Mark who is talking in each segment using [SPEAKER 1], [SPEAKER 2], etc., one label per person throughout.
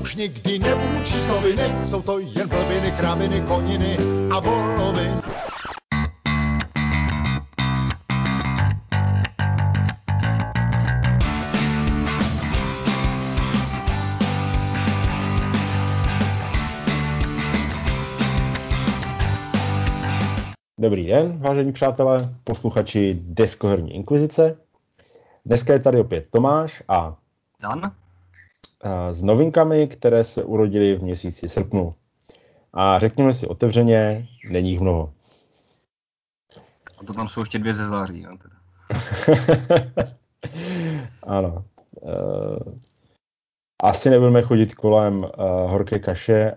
[SPEAKER 1] už nikdy nebudu číst noviny, jsou to jen blbiny, kraviny, koniny a voloviny.
[SPEAKER 2] Dobrý den, vážení přátelé, posluchači Deskoherní inkvizice. Dneska je tady opět Tomáš a
[SPEAKER 3] Jan
[SPEAKER 2] s novinkami, které se urodily v měsíci srpnu. A řekněme si otevřeně, není jich mnoho.
[SPEAKER 3] A to tam jsou ještě 2 ze září. No, teda.
[SPEAKER 2] Ano. Asi nebudeme chodit kolem horké kaše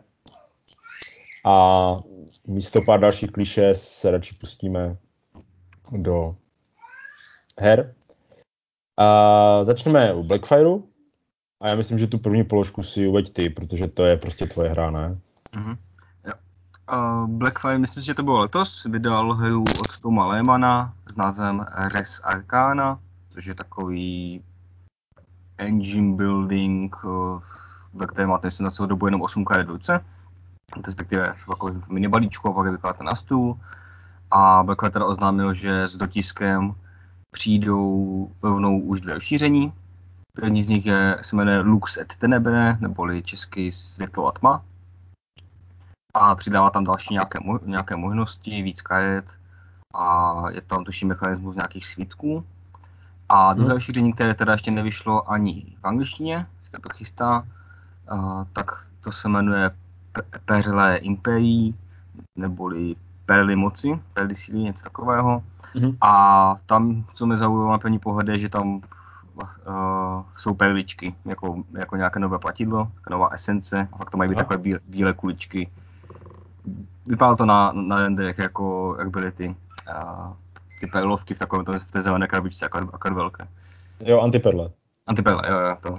[SPEAKER 2] a místo pár dalších klišé se radši pustíme do her. Začneme u Blackfireu a já myslím, že tu první položku si uveď ty, protože to je prostě tvoje hra, ne?
[SPEAKER 3] Mm-hmm. Blackfire, myslím si, že to bylo letos, vydal hru od Toma Lehmana s názvem Res Arcana, což je takový engine building, ve kterém máte na svou dobu jenom 8 karet v ruce, respektive takový minibalíčku a pak je vykládáte na stůl. A Blackfire teda oznámil, že s dotiskem přijdou rovnou už 2 rozšíření. První z nich se jmenuje Lux et Tenebrae, neboli česky Světlo a tma. A přidává tam další nějaké možnosti, víc karet a je tam tuším mechanismus nějakých svítků. A druhé rozšíření, které teda ještě nevyšlo ani v angličtině, se to chystá, tak to se jmenuje Perle Imperii, neboli Perly moci, Perly síly, něco takového. Mm-hmm. A tam, co mě zaujalo na první pohled, je, že tam jsou perličky, jako nějaké nové platidlo, nová esence, a pak to mají být takové bílé kuličky. Vypadalo to na renderech, jako jak byly ty perlovky v té zelené krabičce, jako velké.
[SPEAKER 2] Jo, antiperle.
[SPEAKER 3] Antiperle, jo, to.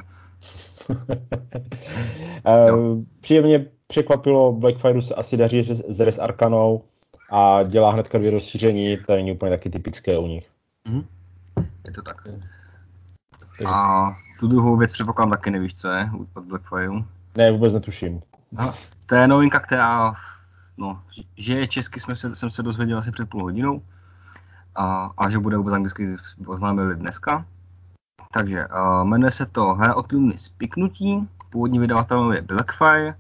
[SPEAKER 2] Příjemně překvapilo, Blackfireu se asi daří s Res Arcanou a dělá hnedka 2 rozšíření, to není úplně taky typické u nich.
[SPEAKER 3] Mm-hmm. Je to tak. A tu druhou věc předpokládám taky nevíš, co je od Blackfireu?
[SPEAKER 2] Ne, vůbec netuším.
[SPEAKER 3] To je novinka, která, že je česky, jsem se dozvěděl asi před půl hodinou a že bude vůbec anglicky oznámili dneska. Takže jmenuje se to Hra o trůny spiknutí, původní vydavatel je Blackfire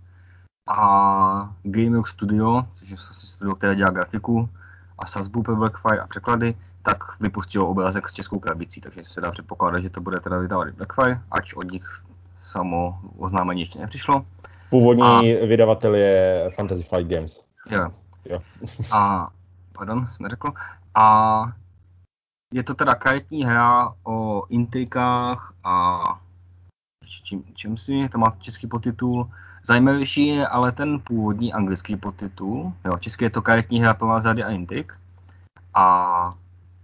[SPEAKER 3] a Gameworks Studio, což je vlastně studio, které dělá grafiku a sazbu pro Blackfire a překlady, tak vypustilo obrázek s českou krabicí, takže se dá předpokládat, že to bude teda vydávat Blackfire, ač od nich samo oznámení ještě nepřišlo.
[SPEAKER 2] Původní vydavatel je Fantasy Flight Games.
[SPEAKER 3] Jo. Pardon, jsem řekl. A je to teda karetní hra o intrikách a čím si, to má český podtitul. Zajímavější je ale ten původní anglický podtitul. Jo, česky je to karetní hra plná zrady a intrik. A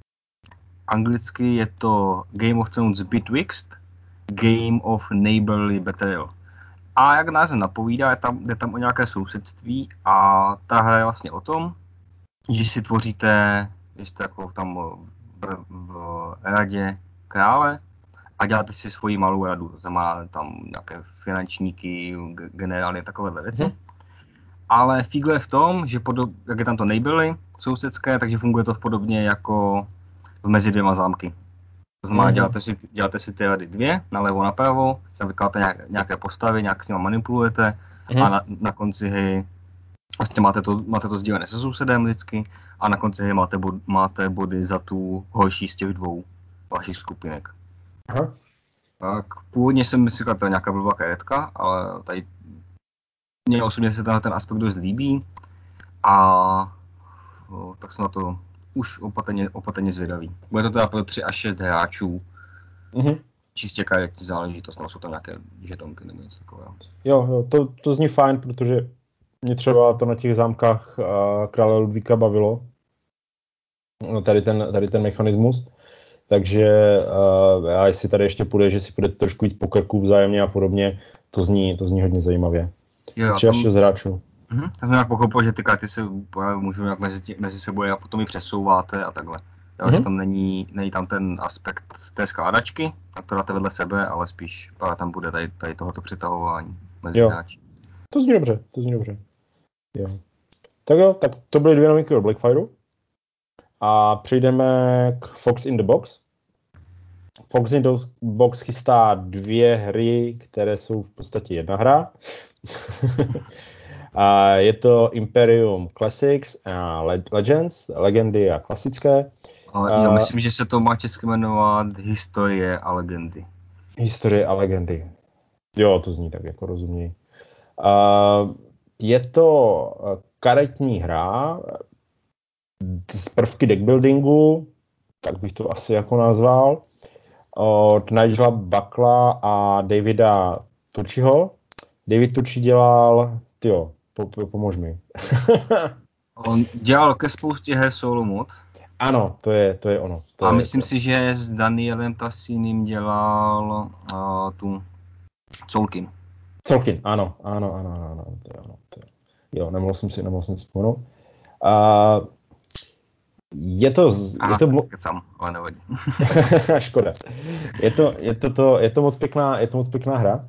[SPEAKER 3] anglicky je to Game of Thrones Betwixt, Game of Neighborly Betrayal. A jak název napovídá, jde tam o nějaké sousedství a ta hra je vlastně o tom, že si tvoříte, že jste jako tam v radě krále a děláte si svoji malou radu, znamená tam nějaké finančníky, generály, takovéhle věci. Ale fígle je v tom, že jak je tam to neighborly sousedské, takže funguje to podobně jako mezi 2 zámky. To znamená, děláte si ty rady 2, nalevo, napravo, tam vykládáte nějaké postavy, nějak s nimi manipulujete a na konci hry vlastně máte to sdílené se sousedem vždycky a na konci hry máte body za tu horší z těch 2 vašich skupinek.
[SPEAKER 2] Aha.
[SPEAKER 3] Tak původně jsem myslel, že to je nějaká blbá karetka, ale tady mně osobně se ten aspekt dost líbí a tak jsem na to už opatrně zvědavý. Bude to teda pro 3 až 6 hráčů. Mm-hmm. Čistě karetní záležitost, jsou tam nějaké žetonky nebo něco takového.
[SPEAKER 2] Jo, to zní fajn, protože mě třeba to na těch zámkách krále Ludvíka bavilo. Tady ten mechanismus. Takže já jestli tady ještě půjde, že si půjde trošku víc po krku vzájemně a podobně, to zní hodně zajímavě. 3 až 6 hráčů.
[SPEAKER 3] Tak jsem nějak pochopil, že ty karty se můžou nějak mezi sebou a potom ji přesouváte a takhle. Jo, že tam není tam ten aspekt té skládačky, a to dáte vedle sebe, ale spíš tam bude tady tohoto přitahování mezi hráči.
[SPEAKER 2] To zní dobře. Jo. Tak to byly 2 novinky od Blackfireu. A přejdeme k Fox in the Box. Fox in the Box chystá 2 hry, které jsou v podstatě jedna hra. A je to Imperium Classics a Legends, legendy a klasické.
[SPEAKER 3] Já myslím, že se to má česky jmenovat Historie a legendy.
[SPEAKER 2] Historie a legendy. Jo, to zní tak jako rozumněji. Je to karetní hra z prvky deckbuildingu, tak bych to asi jako nazval, od Nigela Buckla a Davida Turchiho. David Turchi dělal, pomož mi.
[SPEAKER 3] On dělal ke spoustě her solo mod.
[SPEAKER 2] Ano, to je ono.
[SPEAKER 3] Myslím si, že s Danielem Tassinem dělal tu Colkin.
[SPEAKER 2] Colkin, ano. To je ono. Jo, nemohl jsem si vzpomenout. Je to
[SPEAKER 3] kecám, ale nevadí.
[SPEAKER 2] Škoda. Je to moc pěkná hra.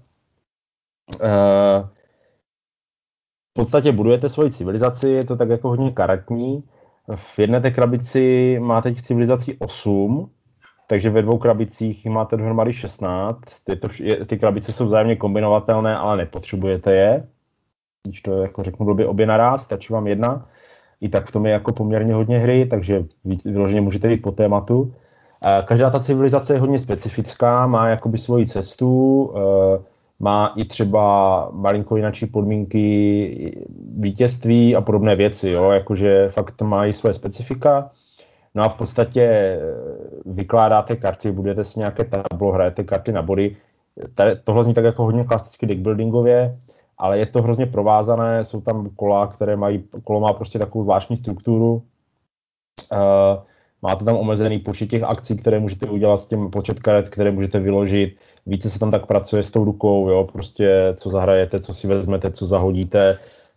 [SPEAKER 2] V podstatě budujete svoji civilizaci, je to tak jako hodně karetní. V jedné té krabici máte těch civilizací 8, takže ve 2 krabicích máte dohromady 16. Ty krabice jsou vzájemně kombinovatelné, ale nepotřebujete je. Když to jako řeknu blbě obě naraz, stačí vám jedna. I tak v tom je jako poměrně hodně hry, takže vyloženě můžete jít po tématu. Každá ta civilizace je hodně specifická, má jakoby svoji cestu, má i třeba malinko jinačí podmínky vítězství a podobné věci, jo? Jakože fakt mají své specifika. No a v podstatě vykládáte karty, budete si nějaké tablo, hrajete karty na body. Tohle zní tak jako hodně klasicky deckbuildingově, ale je to hrozně provázané, jsou tam kola, kolo má prostě takovou zvláštní strukturu. Máte tam omezený počet těch akcí, které můžete udělat s tím počet karet, které můžete vyložit. Více se tam tak pracuje s tou rukou, jo, prostě co zahrajete, co si vezmete, co zahodíte.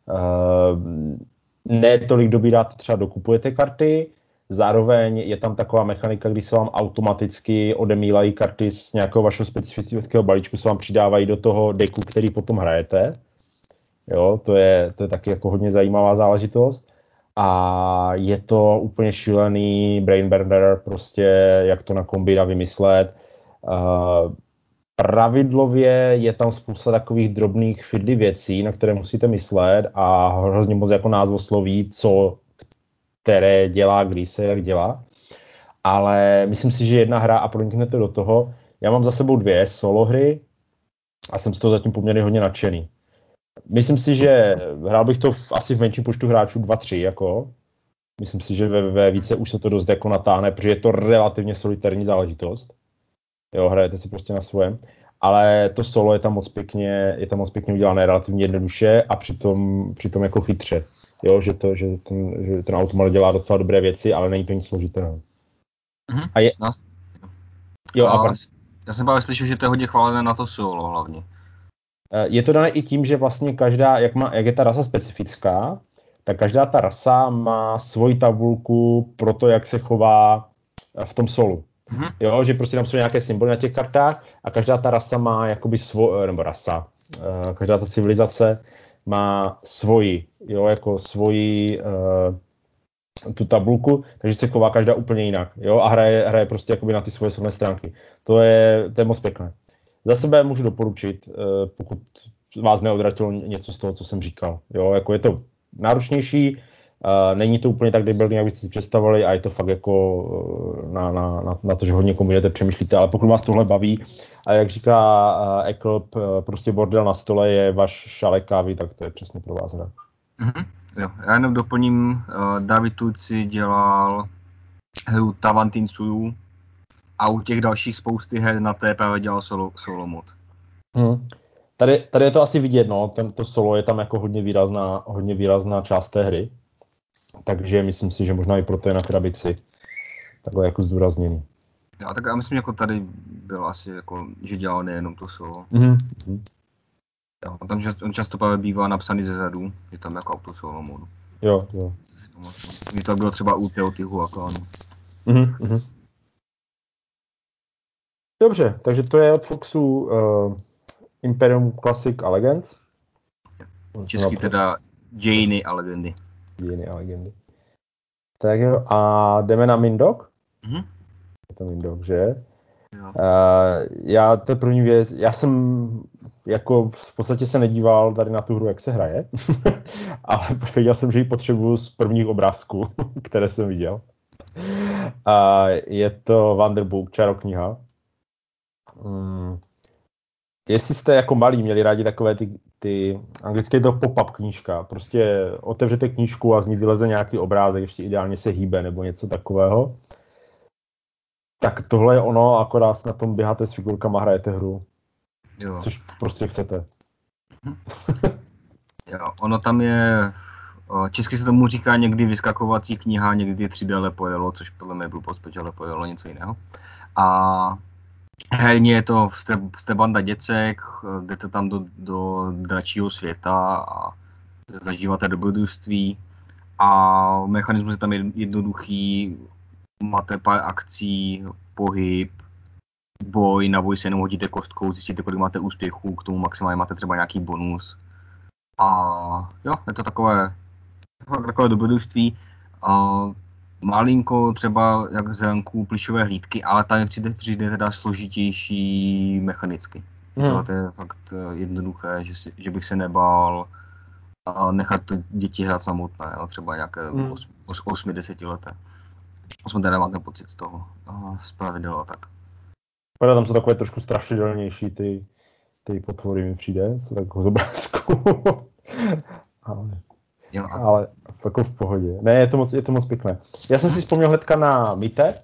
[SPEAKER 2] Ne tolik dobíráte, třeba dokupujete karty, zároveň je tam taková mechanika, kdy se vám automaticky odemílají karty z nějakého vašeho specifického balíčku, se vám přidávají do toho decku, který potom hrajete. Jo, to je taky jako hodně zajímavá záležitost. A je to úplně šílený brainburner, prostě jak to na kombina vymyslet. Pravidlově je tam spousta takových drobných fiddly věcí, na které musíte myslet a hrozně moc jako názvosloví, co které dělá, kdy se jak dělá. Ale myslím si, že jedna hra a proniknete do toho. Já mám za sebou 2 solo hry a jsem z toho zatím poměrně hodně nadšený. Myslím si, že hrál bych to asi v menším počtu hráčů 2-3, jako. Myslím si, že ve více už se to dost jako natáhne, protože je to relativně solitární záležitost. Jo, hrajete si prostě na svém. Ale to solo je tam moc pěkně udělané relativně jednoduše a přitom jako chytře. Jo, že ten automat dělá docela dobré věci, ale není to nic složitého.
[SPEAKER 3] Mm-hmm.
[SPEAKER 2] A je...
[SPEAKER 3] Já jsem právě slyšel, že to je hodně chválené na to solo hlavně.
[SPEAKER 2] Je to dané i tím, že vlastně každá, jak je ta rasa specifická, tak každá ta rasa má svoji tabulku pro to, jak se chová v tom solu. Mm-hmm. Jo, že prostě tam jsou nějaké symboly na těch kartách a každá ta rasa má jakoby každá ta civilizace má svoji tu tabulku, takže se chová každá úplně jinak, jo, a hraje prostě jakoby na ty svoje silné stránky. To je moc pěkné. Za sebe můžu doporučit, pokud vás neodratilo něco z toho, co jsem říkal. Jo, jako je to náročnější, není to úplně tak debilní, jak byste si představovali, a je to fakt jako na to, že hodně kombinujete, přemýšlíte, ale pokud vás tohle baví, a jak říká Eklb, prostě bordel na stole je váš šálek kávy, tak to je přesně pro vás hra.
[SPEAKER 3] Mm-hmm. Jo, já jenom doplním, David Turci dělal hru Tavantin Suyu a u těch dalších spousty her na té právě dělal solo mod.
[SPEAKER 2] Tady je to asi vidět, no, to solo je tam jako hodně výrazná část té hry, takže myslím si, že možná i proto je na krabici takhle jako zdůrazněný.
[SPEAKER 3] Já tak já myslím, jako tady bylo asi jako, že dělal nejenom to solo.
[SPEAKER 2] Mm-hmm.
[SPEAKER 3] Jo, on často právě bývá napsaný ze zadu, je tam jako auto solo modu.
[SPEAKER 2] Jo.
[SPEAKER 3] Mně to bylo třeba u Teotihuacanu.
[SPEAKER 2] Dobře, takže to je od Foxu Imperium Classic a Legends.
[SPEAKER 3] Český teda Dějiny a legendy.
[SPEAKER 2] Dějiny a legendy. Tak jo, a jdeme na Mindog? Je to Mindog, že? Já to je první věc, já jsem jako v podstatě se nedíval tady na tu hru, jak se hraje, ale věděl jsem, že ji potřebuju z prvních obrázků, které jsem viděl. A je to Wonderbook, čarokniha. Jestli jste jako malí měli rádi takové ty anglicky je to pop-up knížka, prostě otevřete knížku a z ní vyleze nějaký obrázek, ještě ideálně se hýbe nebo něco takového. Tak tohle je ono, akorát na tom běháte s figurkama, hrajete hru. Jo. Což prostě chcete.
[SPEAKER 3] Jo, ono tam je, česky se tomu říká někdy vyskakovací kniha, někdy 3D lepojelo, což podle mě byl protože lepojelo něco jiného. A herně je to, jste banda děcek, jdete tam do dračího světa a zažíváte dobrodružství. A mechanismus je tam jednoduchý, máte pár akcí, pohyb, boj, na boj se jenom hodíte kostkou, zjistíte, kolik máte úspěchů, k tomu maximálně máte třeba nějaký bonus. A jo, je to takové dobrodružství. Malinko třeba jak zranku plišové hlídky, ale tam přijde teda složitější mechanicky. To je fakt jednoduché, že bych se nebál nechat to děti hrát samotné, jo, třeba nějaké 8-10 leté. Aspoň teda máte pocit z toho, z pravidel a tak.
[SPEAKER 2] Tam jsou takové trošku strašidelnější ty potvory mi přijde, jsou tak z obrázku. ale jako v pohodě. Ne, je to moc pěkné. Já jsem si vzpomněl hnedka na Mythe.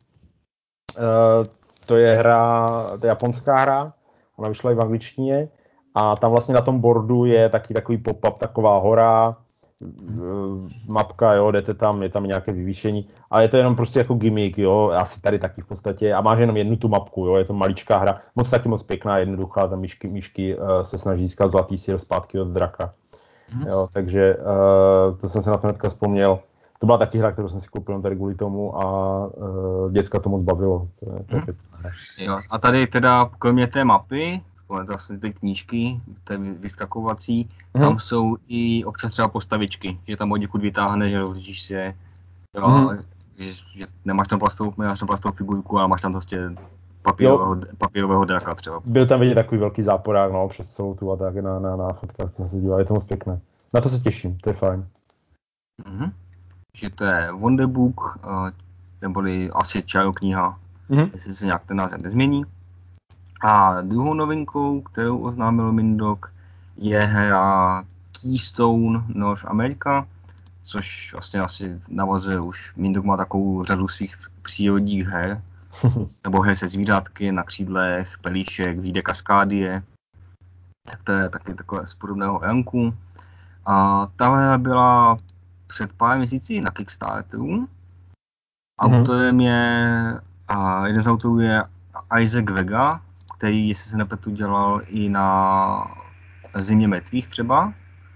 [SPEAKER 2] To je hra, to je japonská hra, ona vyšla i v angličtině a tam vlastně na tom boardu je takový pop-up, taková hora, mapka, jo, jdete tam, je tam nějaké vyvýšení, ale je to jenom prostě jako gimmick, jo, asi tady taky v podstatě a máš jenom jednu tu mapku, jo, je to maličká hra, moc pěkná, jednoduchá, tam myšky se snaží získat zlatý síl zpátky od draka. Jo, takže to jsem se na to hnedka vzpomněl. To byla taky hra, kterou jsem si koupil tady kvůli tomu a děcka to moc bavilo. To je
[SPEAKER 3] jo, a tady teda kromě té mapy, vlastně ty knížky, té vyskakovací, tam jsou i občas třeba postavičky, že tam od někud vytáhneš, že rozlížíš se, jo, že nemáš tam plastovou figurku, ale máš tam prostě papírového draka třeba.
[SPEAKER 2] Byl tam vidět takový velký záporák, no, přes celou tu a tak na fotkách jsem se díval, je to moc pěkné. Na to se těším, to je fajn.
[SPEAKER 3] Že to je Wonderbook, neboli asi čarokniha, jestli se nějak ten název nezmění. A druhou novinkou, kterou oznámil Mindog, je hra Keystone North America, což vlastně asi navazuje už. Mindog má takovou řadu svých přírodních her, nebo her se zvířátky na křídlech, pelíšek, vyjde Kaskádie, tak to je taky takové z podobného ranku. A tahle byla před pár měsíci na Kickstarteru. Autorem jeden z autorů je Isaac Vega, který, jestli se nepletu, dělal i na Zimě mrtvých třeba,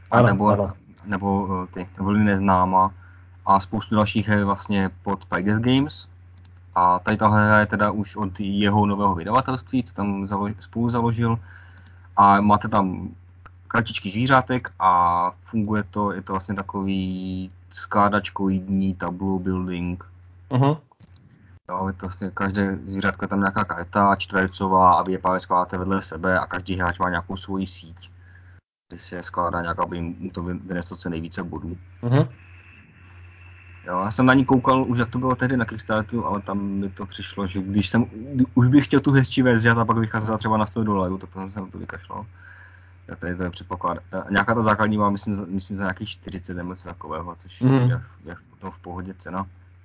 [SPEAKER 3] nebo ty Vlny neznáma a spoustu dalších her vlastně pod Pydes Games. A tady tahle hra je teda už od jeho nového vydavatelství, co tam spolu založil. A máte tam kartičky zvířátek a funguje to, je to vlastně takový skládačkoidní tableau building. Jo, je to vlastně každé zvířátko je tam nějaká karta čtvercová a vy je právě skládáte vedle sebe a každý hráč má nějakou svoji síť, kde se skládá nějak, aby mu to vyneslo co nejvíce bodů. Jo, já jsem na ní koukal už, jak to bylo tehdy na Kickstarteru, ale tam mi to přišlo, že už bych chtěl tu hezčí verzi a pak vycházela třeba na $100, tak jsem se na to vykašlal. Tady to je předpoklad. Nějaká ta základní má, myslím za nějakých 40 nebo něco takového, což je v pohodě cena.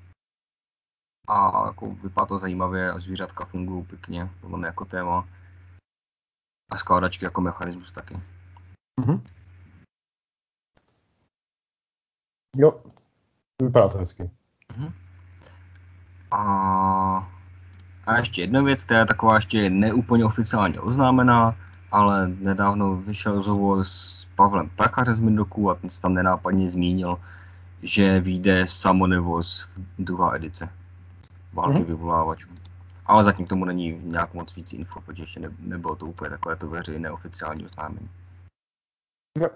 [SPEAKER 3] A jako vypadá to zajímavě a zvířátka fungují pěkně, podle mě jako téma. A skládačky jako mechanismus taky.
[SPEAKER 2] Jo, vypadá to hezky.
[SPEAKER 3] A ještě jedna věc, která je taková ještě neúplně oficiálně oznámená, ale nedávno vyšel rozhovor s Pavlem Prachařem z Mindoku a ten se tam nenápadně zmínil, že vyjde Summoner Wars 2. edice. války vyvolávačů. Ale zatím k tomu není nějak moc víc info, protože ještě nebylo to úplně takové to veřejné oficiální oznámení.
[SPEAKER 2] No.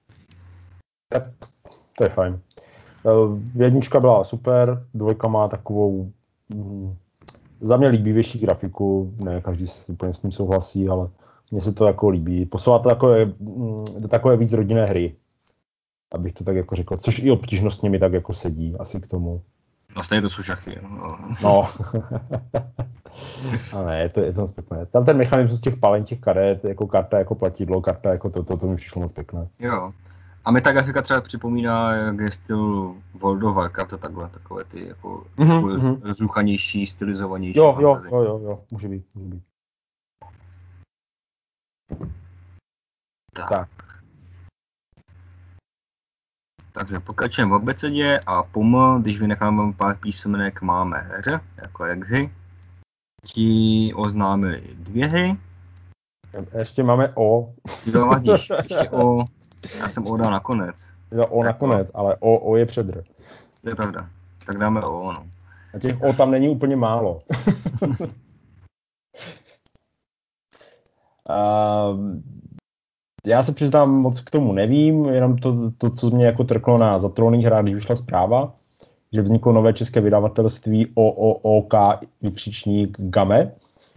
[SPEAKER 2] To je fajn. Jednička byla super, dvojka má takovou za mě líbivější grafiku, ne každý úplně s tím souhlasí, ale mně se to jako líbí. Posouvá to do takové víc rodinné hry, abych to tak jako řekl, což i obtížnostně mi tak jako sedí asi k tomu.
[SPEAKER 3] No stejně to jsou šachy.
[SPEAKER 2] No. Ale je to moc pěkné. Tam ten mechanismus těch palení těch karet, jako karta jako platidlo, karta jako to mi přišlo moc pěkné.
[SPEAKER 3] Jo. A mi ta grafika třeba připomíná, jak je styl World of Warcraft a takové ty jako rozruchanější, stylizovanější.
[SPEAKER 2] Jo, může být. Tak.
[SPEAKER 3] Takže pokračujeme v abecedě a když vynecháme pár písmenek, máme R, jako hry. Ti oznámili 2 hry.
[SPEAKER 2] Ještě máme O.
[SPEAKER 3] Jo, vadíš, ještě O. Já jsem O dal nakonec.
[SPEAKER 2] Jo, O nakonec, ale O je před R.
[SPEAKER 3] To je pravda. Tak dáme O, no.
[SPEAKER 2] A těch O tam není úplně málo. Já se přiznám, moc k tomu nevím, jenom to co mě jako trklo na zatrolených hrách, když vyšla zpráva, že vzniklo nové české vydavatelství OOOK Game.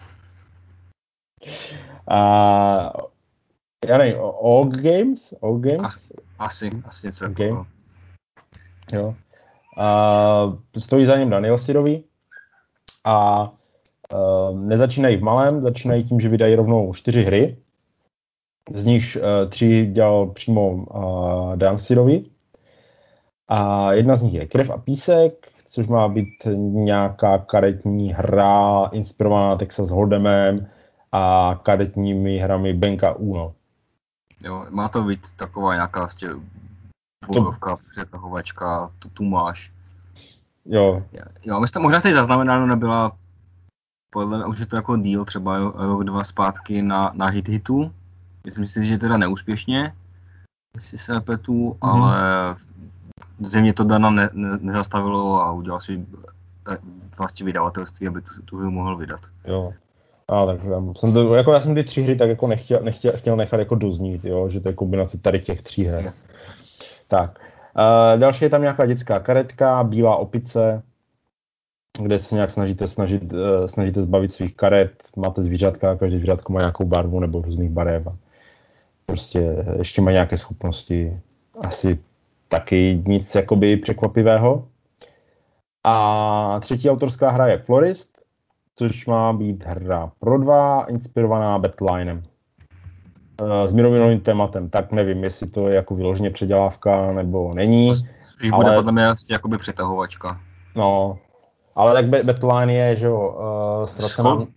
[SPEAKER 2] Já nevím, OG Games?
[SPEAKER 3] Asi něco takového.
[SPEAKER 2] Jo. Stojí za něm Daniel Sirový a nezačínají v malém, začínají tím, že vydají rovnou 4 hry, z nich 3 dělal přímo Dan Sirový. A jedna z nich je Krev a písek, což má být nějaká karetní hra inspirovaná Texas Hold'emem a karetními hrami Benka Uno.
[SPEAKER 3] Jo, má to být taková nějaká vlastně bojovka, přetahovačka, tu máš.
[SPEAKER 2] Jo,
[SPEAKER 3] myslím, možná jste zaznamenáno, nebyla podle mě už je to jako deal třeba rok, 2 zpátky na hitu. Myslím si, že teda neúspěšně, jestli se nepletu, ale země to Dana nezastavilo a udělal si vlastně vydavatelství, aby tu hru mohl vydat.
[SPEAKER 2] Jo. Tak já jsem ty 3 hry tak jako chtěl nechat jako doznít, jo, že to je kombinace tady těch 3 her. Tak. Další je tam nějaká dětská karetka, Bílá opice, kde se nějak snažíte zbavit svých karet, máte zvířátka, každé zvířátko má nějakou barvu nebo různých barev. Prostě ještě má nějaké schopnosti. Asi taky nic jakoby překvapivého. A třetí autorská hra je Florist, což má být hra pro 2, inspirovaná Battleinem. S mírovým tématem, tak nevím, jestli to je jako vyloženě předělávka, nebo není.
[SPEAKER 3] Spíš bude podle mě jakoby přetahovačka.
[SPEAKER 2] No, ale tak Battleline je, že jo, ztracená...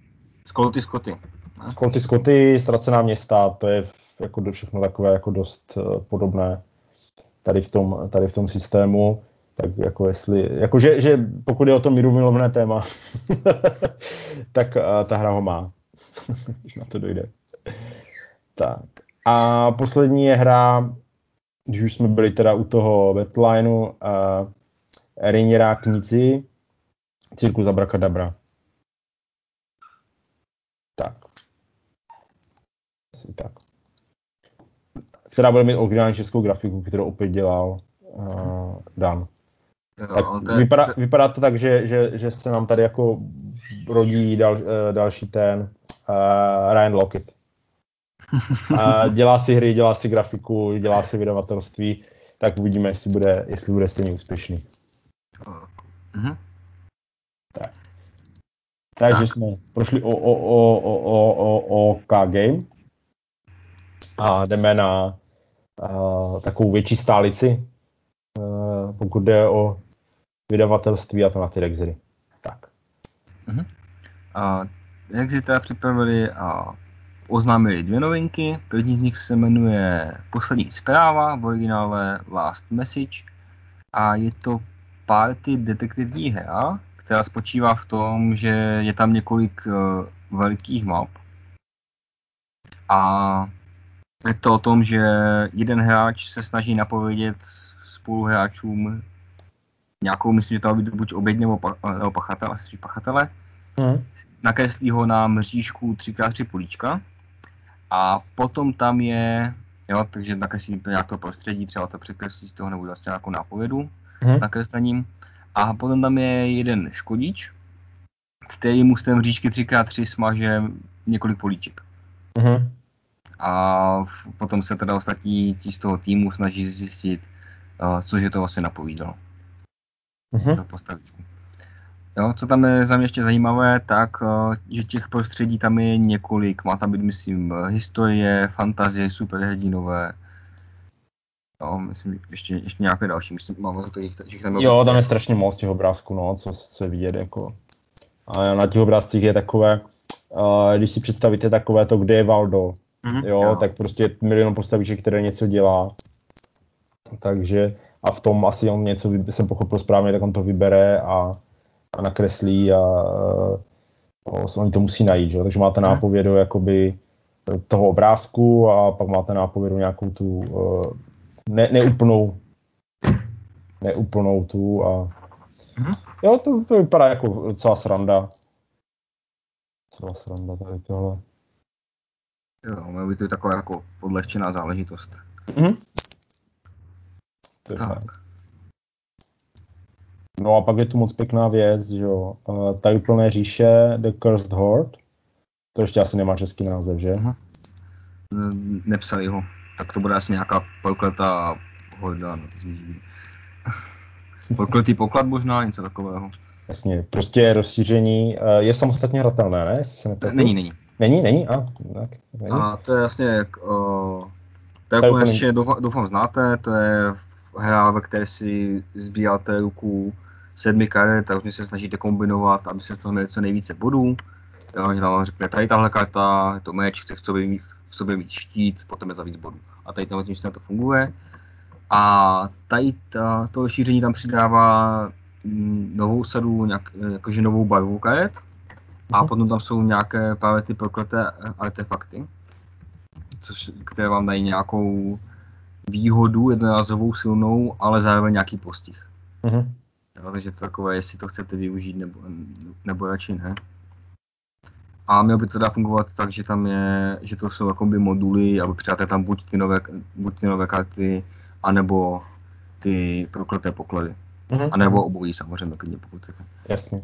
[SPEAKER 2] Scotty, ztracená města, to je jako všechno takové jako dost podobné tady v tom systému. Tak jako že pokud je o to mírumilovné téma, tak ta hra ho má. Na to dojde. Tak. A poslední je hra, když už jsme byli teda u toho Battlelineu, Rhaenyra Knizi, Cirkus Abracadabra. Tak. Asi tak. Která bude mít originální českou grafiku, kterou opět dělal Dan. Tak vypadá to tak, že se nám tady jako rodí další ten Ryan Lockett. Dělá si hry, dělá si grafiku, dělá si vydavatelství, tak uvidíme, jestli bude stejně úspěšný. Tak. Takže jsme prošli o K-Game a jdeme na takovou větší stálici, pokud jde o vydavatelství, a to na ty Rexery. Tak.
[SPEAKER 3] Rexery teda připravili a oznámili 2 novinky. První z nich se jmenuje Poslední zpráva, v originále Last Message, a je to party detektivní hra, která spočívá v tom, že je tam několik velikých map a je to o tom, že jeden hráč se snaží napovědět spoluhráčům nějakou, myslím, že to má být buď oběť nebo pachatel, asi pachatele.
[SPEAKER 2] Mhm.
[SPEAKER 3] Nakreslí ho na mřížku 3x3 políčka a potom tam je, jo, takže nakreslí to nějakého prostředí, třeba to překreslí z toho nebo vlastně nějakou nápovědu nakreslením. A potom tam je jeden škodič, který mu z té mřížky 3x3 smaže několik políček.
[SPEAKER 2] Mhm.
[SPEAKER 3] A potom se teda ostatní tí z toho týmu snaží zjistit, cože to vlastně napovídalo.
[SPEAKER 2] Mhm.
[SPEAKER 3] Postavičku. Jo, co tam je za mě ještě zajímavé, tak že těch prostředí tam je několik. Má tam být, myslím, historie, fantazie, superhrdinové. Jo, myslím, ještě nějaké další. Myslím, mám za to, že tam
[SPEAKER 2] Jo, tam je strašně moc těch obrázků, no, co se vidět, jako. A na těch obrázcích je takové, když si představíte takové to, kde je Valdo, jo, tak prostě milion postaviček, které něco dělá. Takže a v tom asi on něco, jsem pochopil správně, tak on to vybere a nakreslí a oni to musí najít, že? Takže máte nápovědu jakoby toho obrázku a pak máte nápovědu nějakou tu neúplnou tu a jo, to vypadá jako docela sranda. Tady tohle.
[SPEAKER 3] Jo, mělo by to být taková jako odlehčená záležitost.
[SPEAKER 2] Tak. No a pak je tu moc pěkná věc, že jo. Tajuplné říše, The Cursed Horde. To ještě asi nemá český název, že?
[SPEAKER 3] Nepsali ho. Tak to bude asi nějaká prokletá horda. No, prokletý poklad možná, něco takového.
[SPEAKER 2] Jasně, prostě rozšíření. Je samostatně hratelné, ne?
[SPEAKER 3] Není.
[SPEAKER 2] Není? Není.
[SPEAKER 3] A to je vlastně Tajuplné říše, doufám znáte, to je hra, ve které si sbíráte ruku 7 karet a už se snažíte kombinovat, aby se z toho měli co nejvíce bodů. Jo, že tam vám řekne, tady tahle karta, je to meč, chce v sobě mít štít, potom je za víc bodů. A tady tam tím to funguje. A tady to rozšíření tam přidává novou sadu, jakože novou barvu karet. A potom tam jsou nějaké právě ty prokleté artefakty, které vám dají nějakou výhodu, jednorázovou silnou, ale zároveň nějaký postih. Jo, takže to takové, jestli to chcete využít nebo radši ne. A mělo by to teda fungovat tak, že tam je, že to jsou jakoby moduly, aby přidáte tam buď ty nové karty, anebo ty prokleté poklady. A nebo obojí samozřejmě, klidně pokud chcete.
[SPEAKER 2] Jasně.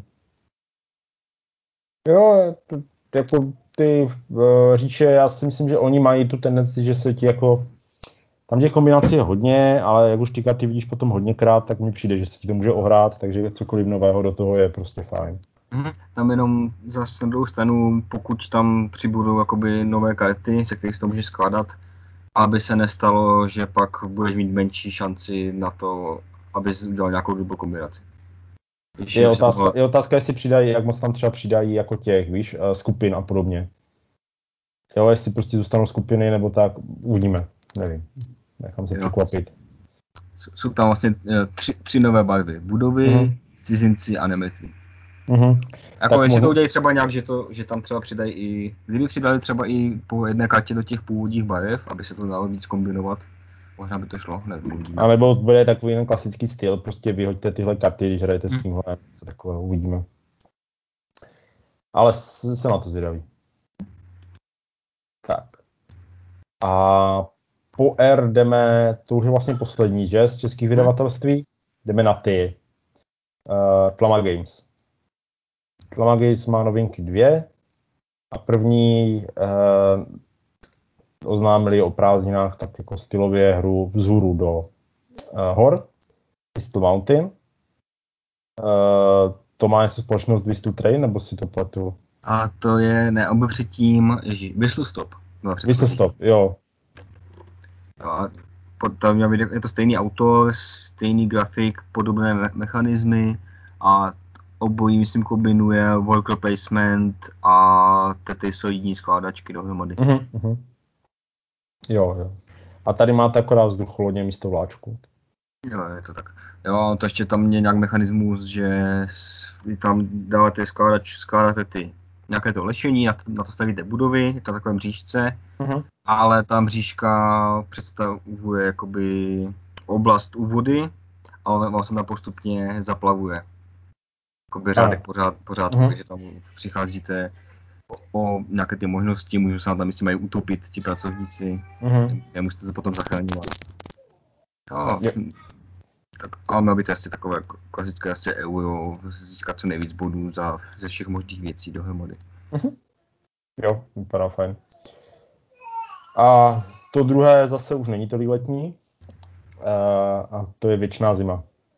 [SPEAKER 2] Jo, jako ty říče, já si myslím, že oni mají tu tendenci, že se ti jako, tam těch kombinací je hodně, ale jak už ty karty vidíš potom hodněkrát, tak mi přijde, že se ti to může ohrát, takže cokoliv nového do toho je prostě fajn.
[SPEAKER 3] Tam jenom zase na druhou stranu, pokud tam přibudou jakoby nové karty, se kterých to můžeš skládat, aby se nestalo, že pak budeš mít menší šanci na to, abys udělal nějakou dobrou kombinaci.
[SPEAKER 2] Je otázka, jestli přidají, jak moc tam třeba přidají jako těch, víš, skupin a podobně. Jo, jestli prostě zůstanou skupiny, nebo tak, uvidíme, nevím. Nechám se překvapit.
[SPEAKER 3] Jsou tam vlastně tři nové barvy. Budovy, cizinci a nemrtví. Jako jestli to udělají třeba nějak, že tam třeba přidají i, kdyby přidali třeba i po jedné kartě do těch původních barev, aby se to dalo víc kombinovat, možná by to šlo, nevím.
[SPEAKER 2] A nebo bude takový jenom klasický styl, prostě vyhoďte tyhle karty, když hrajete s tímhle, co takového, uvidíme. Ale jsem na to zvědavý. Tak. A po R jdeme, to už je vlastně poslední, že, z českých vydavatelství, jdeme na ty. Tlama Games. Tlama Games má novinky 2 a první oznámili o prázdninách tak jako stylově hru vzhůru do hor, Crystal Mountain. To má něco společného s Twisted Train, nebo si to pletu?
[SPEAKER 3] A to je, ne, oba předtím, Whistle Stop.
[SPEAKER 2] Whistle Stop, jo.
[SPEAKER 3] A tam je to stejný autor, stejný grafik, podobné mechanismy a obojí, myslím, kombinuje worker placement a ty solidní skládačky dohromady.
[SPEAKER 2] Jo. A tady máte akorát vzducholodně místo vláčku.
[SPEAKER 3] Jo, je to tak. Jo, to ještě tam je nějak mechanismus, že vy tam dáváte, skládáte ty nějaké to lešení, na to stavíte budovy, je to takové mřížce, ale ta mřížka představuje jakoby oblast u vody a on vám se tam postupně zaplavuje. Jakoby řádek pořádku, takže tam přicházíte o nějaké ty možnosti, můžu se tam, jestli mají utopit ti pracovníci, nemusíte se potom zachraňovat. No, tak, ale mělo by to asi takové klasické asi euro, získat co nejvíc bodů ze všech možných věcí dohromady.
[SPEAKER 2] Jo, vypadá fajn. A to druhé zase už není tolik letní, a to je Věčná zima.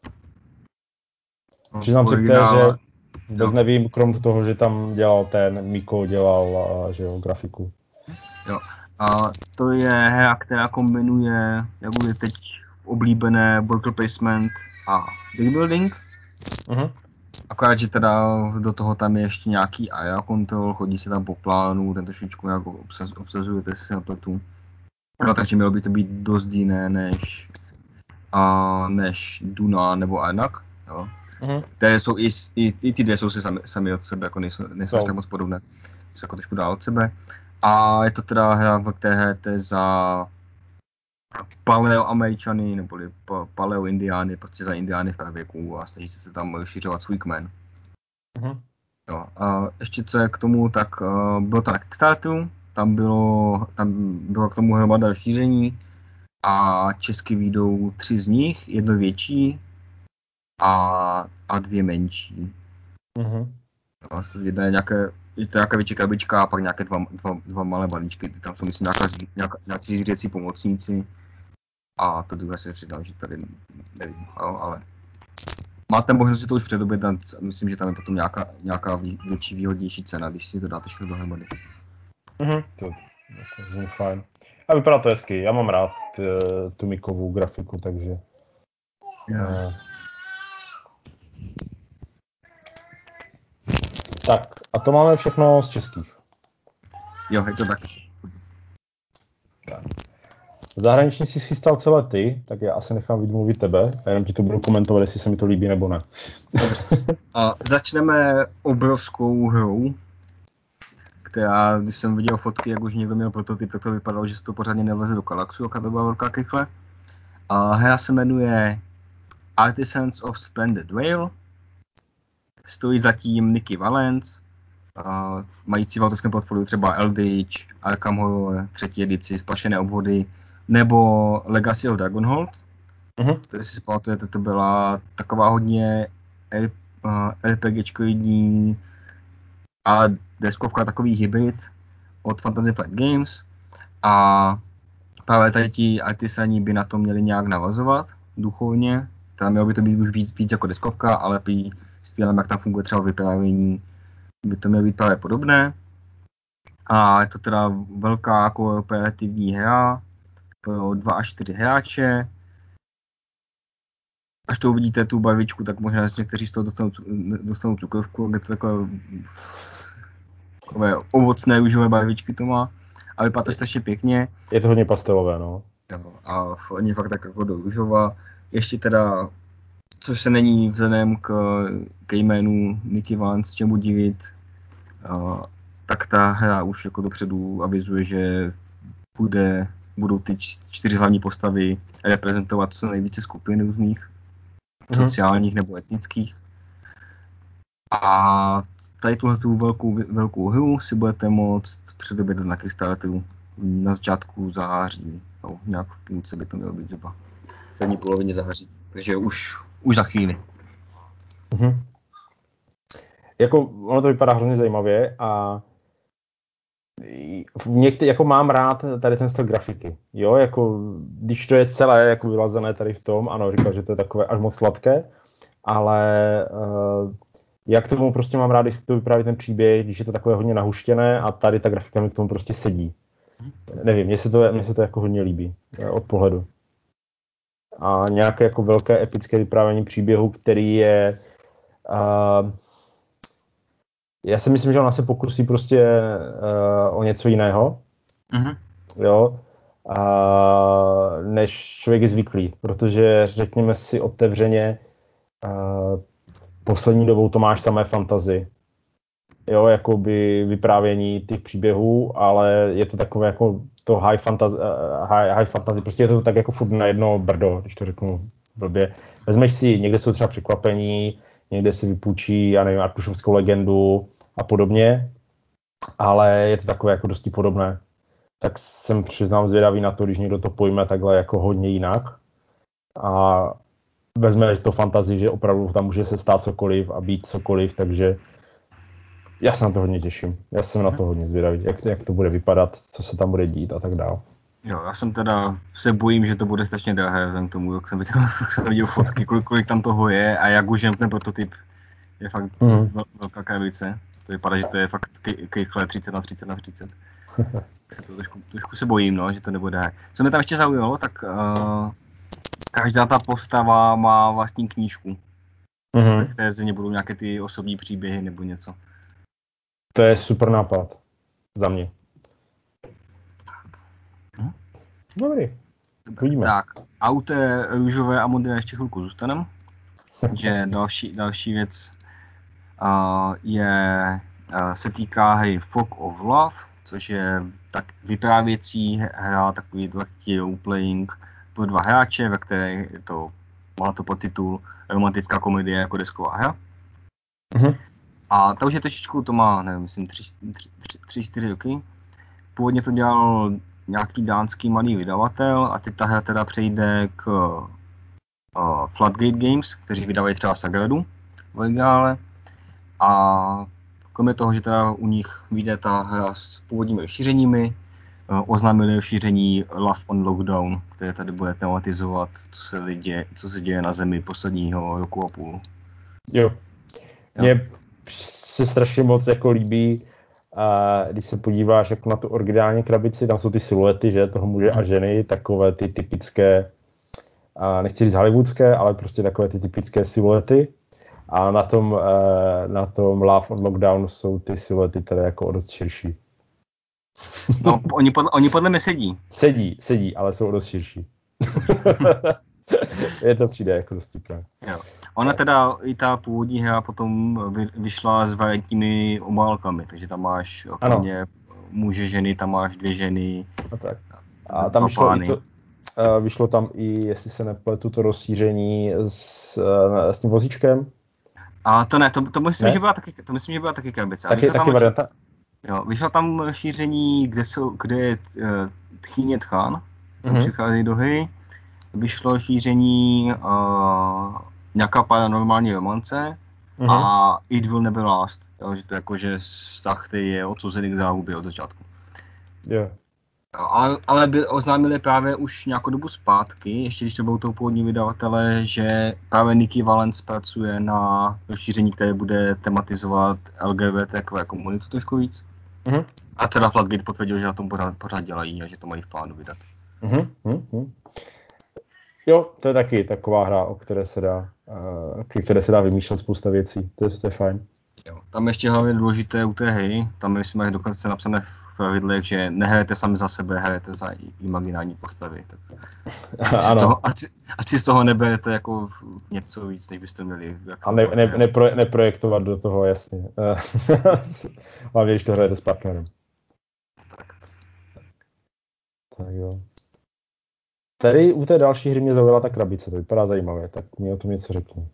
[SPEAKER 2] Přiznám se k té, že vůbec nevím, krom toho, že tam dělal Miko že jo, grafiku.
[SPEAKER 3] Jo, a to je hra, která kombinuje, jak je teď oblíbené worker placement a deck building. Akorát, že teda do toho tam je ještě nějaký area control, chodí se tam po plánu, ten trošičku nějak obsazujete si na pletu. No, takže mělo by to být dost jiné než Duna nebo Anak. Jo. Které jsou i ty dvě jsou si sami od sebe, jako nejsou tak moc podobné. Jsou jako trošku dál od sebe. A je to teda hra, v které hrajete za Paleo-Američany nebo Paleo-Indiány, prostě za Indiány v pravěku a snažíte se tam rozšiřovat svůj kmen. Jo, a ještě co je k tomu, tak bylo to na Kickstarteru, tam bylo k tomu hromada rozšíření a česky vyjdou 3 z nich, jedno větší a 2 menší. No, jedna je nějaká větší krabička a pak nějaké dva malé balíčky, tam jsou myslím nějaký zvířecí pomocníci a to druhé se přidám, že tady nevím, ale máte možnost si to už předobět a myslím, že tam je potom nějaká větší výhodnější cena, když si to dáte všechno dohromady.
[SPEAKER 2] To je fajn. A vypadá to hezky, já mám rád tu Mikovou grafiku, takže... Tak, a to máme všechno z českých.
[SPEAKER 3] Jo, je to tak.
[SPEAKER 2] Zahraniční si chystal celé ty, tak já asi nechám vymluvit tebe a jenom ti to budu komentovat, jestli se mi to líbí nebo ne.
[SPEAKER 3] A začneme obrovskou hrou, která, když jsem viděl fotky, jak už někdo měl prototyp, tak to vypadalo, že se to pořádně nevleze do Galaxu, jaká to byla velká krychle. A hra se jmenuje Artisans of Splendid Vale. Stojí zatím Nicky Valence, mající v autorském portfoliu třeba Eldritch, Arkham Horror, 3. edici, Splašené obvody, nebo Legacy of Dragonhold. To si pamatujete, to byla taková hodně RPGčkoidní a deskovka, takový hybrid od Fantasy Flight Games. A právě tady ti artisani by na to měli nějak navazovat duchovně. Teda mělo by to být už víc jako deskovka, ale stylem, jak tam funguje třeba vyprávění, by to mělo být právě podobné. A je to teda velká kooperativní hra pro 2 až 4 hráče. Až to uvidíte tu barvičku, tak možná někteří z toho dostanou cukrovku, je to takové ovocné růžové barvičky to má. A vypadá to strašně pěkně.
[SPEAKER 2] Je to hodně pastelové, no.
[SPEAKER 3] A oni fakt tak jako do růžova. Ještě teda, což se není vzhledem k jménu Nicky Valence čemu divit, tak ta hra už jako dopředu avizuje, že budou ty 4 hlavní postavy reprezentovat co nejvíce skupin různých, sociálních nebo etnických. A tady tuhletu velkou hru si budete moct předobět na Kickstarteru na začátku září. No, nějak v půlce by to mělo být třeba v první polovině září. Takže už za chvíli.
[SPEAKER 2] Jako, ono to vypadá hrozně zajímavě a jako mám rád tady ten styl grafiky, jo, jako když to je celé jako vylazené tady v tom, ano, říkal, že to je takové až moc sladké, ale jak tomu prostě mám rád, když to vypráví ten příběh, když je to takové hodně nahuštěné a tady ta grafika mi k tomu prostě sedí. Nevím, mně se to jako hodně líbí od pohledu. A nějaké jako velké epické vyprávění příběhu, který je já si myslím, že ona se pokusí prostě o něco jiného, jo, než člověk je zvyklý, protože řekněme si otevřeně, poslední dobou to máš samé fantasy, jo, jakoby vyprávění těch příběhů, ale je to takové jako to high fantasy, prostě je to tak jako furt na jedno brdo, když to řeknu blbě. Vezmeš si, někde jsou třeba překvapení, někde si vypůjčí, já nevím, Artušovskou legendu a podobně, ale je to takové jako dosti podobné. Tak jsem přiznám zvědavý na to, když někdo to pojme takhle jako hodně jinak a vezme to fantazii, že opravdu tam může se stát cokoliv a být cokoliv, takže já se na to hodně těším. Já jsem na to hodně zvědavý, jak to bude vypadat, co se tam bude dít a tak dále.
[SPEAKER 3] Jo, já jsem teda se bojím, že to bude strašně drahé vzhledem k tomu, jak jsem viděl fotky, kolik tam toho je a jak už jen ten prototyp je fakt velká krabice. To vypadá, že to je fakt rychle 30x30x30. Se to trošku se bojím, no, že to nebude drahé. Co mě tam ještě zaujalo, tak každá ta postava má vlastní knížku. Tak v té země budou nějaké ty osobní příběhy nebo něco.
[SPEAKER 2] To je super nápad. Za mě. Dobrý. Uvidíme.
[SPEAKER 3] Tak, a u té růžové a modré ještě chvilku zůstaneme. Že další věc se týká hry Fog of Love, což je tak vyprávěcí hra, takový role-playing pro 2 hráče, ve které má to podtitul romantická komedie jako desková hra. A ta už je trošičku, to má, nevím, myslím 3-4 roky. Původně to dělal nějaký dánský malý vydavatel a teď ta hra teda přejde k Floodgate Games, kteří vydávají třeba Sagradu v originále. A kromě toho, že teda u nich vyjde ta hra s původními rozšířeními, oznámili rozšíření Love on Lockdown, které tady bude tematizovat, co se děje na Zemi posledního roku a půl.
[SPEAKER 2] Jo. Mně se strašně moc jako líbí, když se podíváš jako na tu originální krabici, tam jsou ty siluety, že, toho muže a ženy, takové ty typické, nechci říct hollywoodské, ale prostě takové ty typické siluety. A na tom Love on Lockdown jsou ty siluety, které jako o dost širší.
[SPEAKER 3] No, oni podle mě sedí.
[SPEAKER 2] Sedí, ale jsou o dost širší. Je to přijde jako dost vtipné.
[SPEAKER 3] Ona teda, i ta původní hra potom vyšla s variantními obálkami, takže tam máš kromě muže, ženy, tam máš 2 ženy.
[SPEAKER 2] A tak. A tam vyšlo tam i, jestli se nepletu, to rozšíření s tím vozíčkem.
[SPEAKER 3] A to ne, to myslím, že byla taky krabice.
[SPEAKER 2] Taky varianta?
[SPEAKER 3] Jo, vyšlo tam šíření, kde je Tchyně Tchan, tam přicházejí do hry. Vyšlo šíření nějaká paranormální romance a It Will Never Last, jo, že to je jako, že vztah, který je odsouzený k záhubě od začátku.
[SPEAKER 2] Yeah.
[SPEAKER 3] Ale oznámili právě už nějakou dobu zpátky, ještě když to byl tou původní vydavatele, že právě Nicky Valence pracuje na rozšíření, které bude tematizovat LGBTQ komunitu trošku víc. A teda Floodgate potvrdil, že na tom pořád dělají a že to mají v plánu vydat.
[SPEAKER 2] Jo, to je taky taková hra, o které se dá vymýšlet spousta věcí. To je fajn.
[SPEAKER 3] Jo, tam ještě hlavně důležité u té hry, tam jsme dokonce napsané v pravidlech, že nehrajete sami za sebe, hrajete za imaginární postavy. Tak ať si z toho neberete jako něco víc, než byste měli.
[SPEAKER 2] A neprojektovat do toho, jasně. Hlavně, když to hrajete s partnerem. Tak jo. Tady u té další hry mě zaujala ta krabice, to vypadá zajímavě, tak mi o tom něco řekni.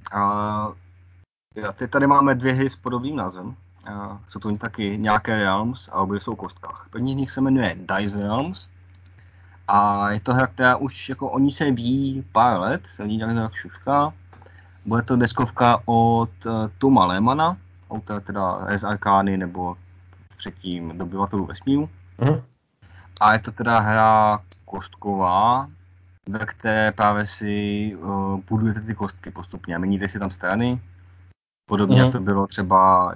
[SPEAKER 3] Teď tady máme 2 hry s podobným názvem. Jsou to taky nějaké Realms a obě jsou v kostkách. První z nich se jmenuje Dice Realms a je to hra, která už jako o ní se ví pár let, se ní tak šušká. Bude to deskovka od Toma Lehmana, autora teda Res Arcany nebo předtím Dobyvatelů vesmíru. A je to teda hra kostková, ve které právě si budujete ty kostky postupně a měníte si tam strany. Podobně jak to bylo třeba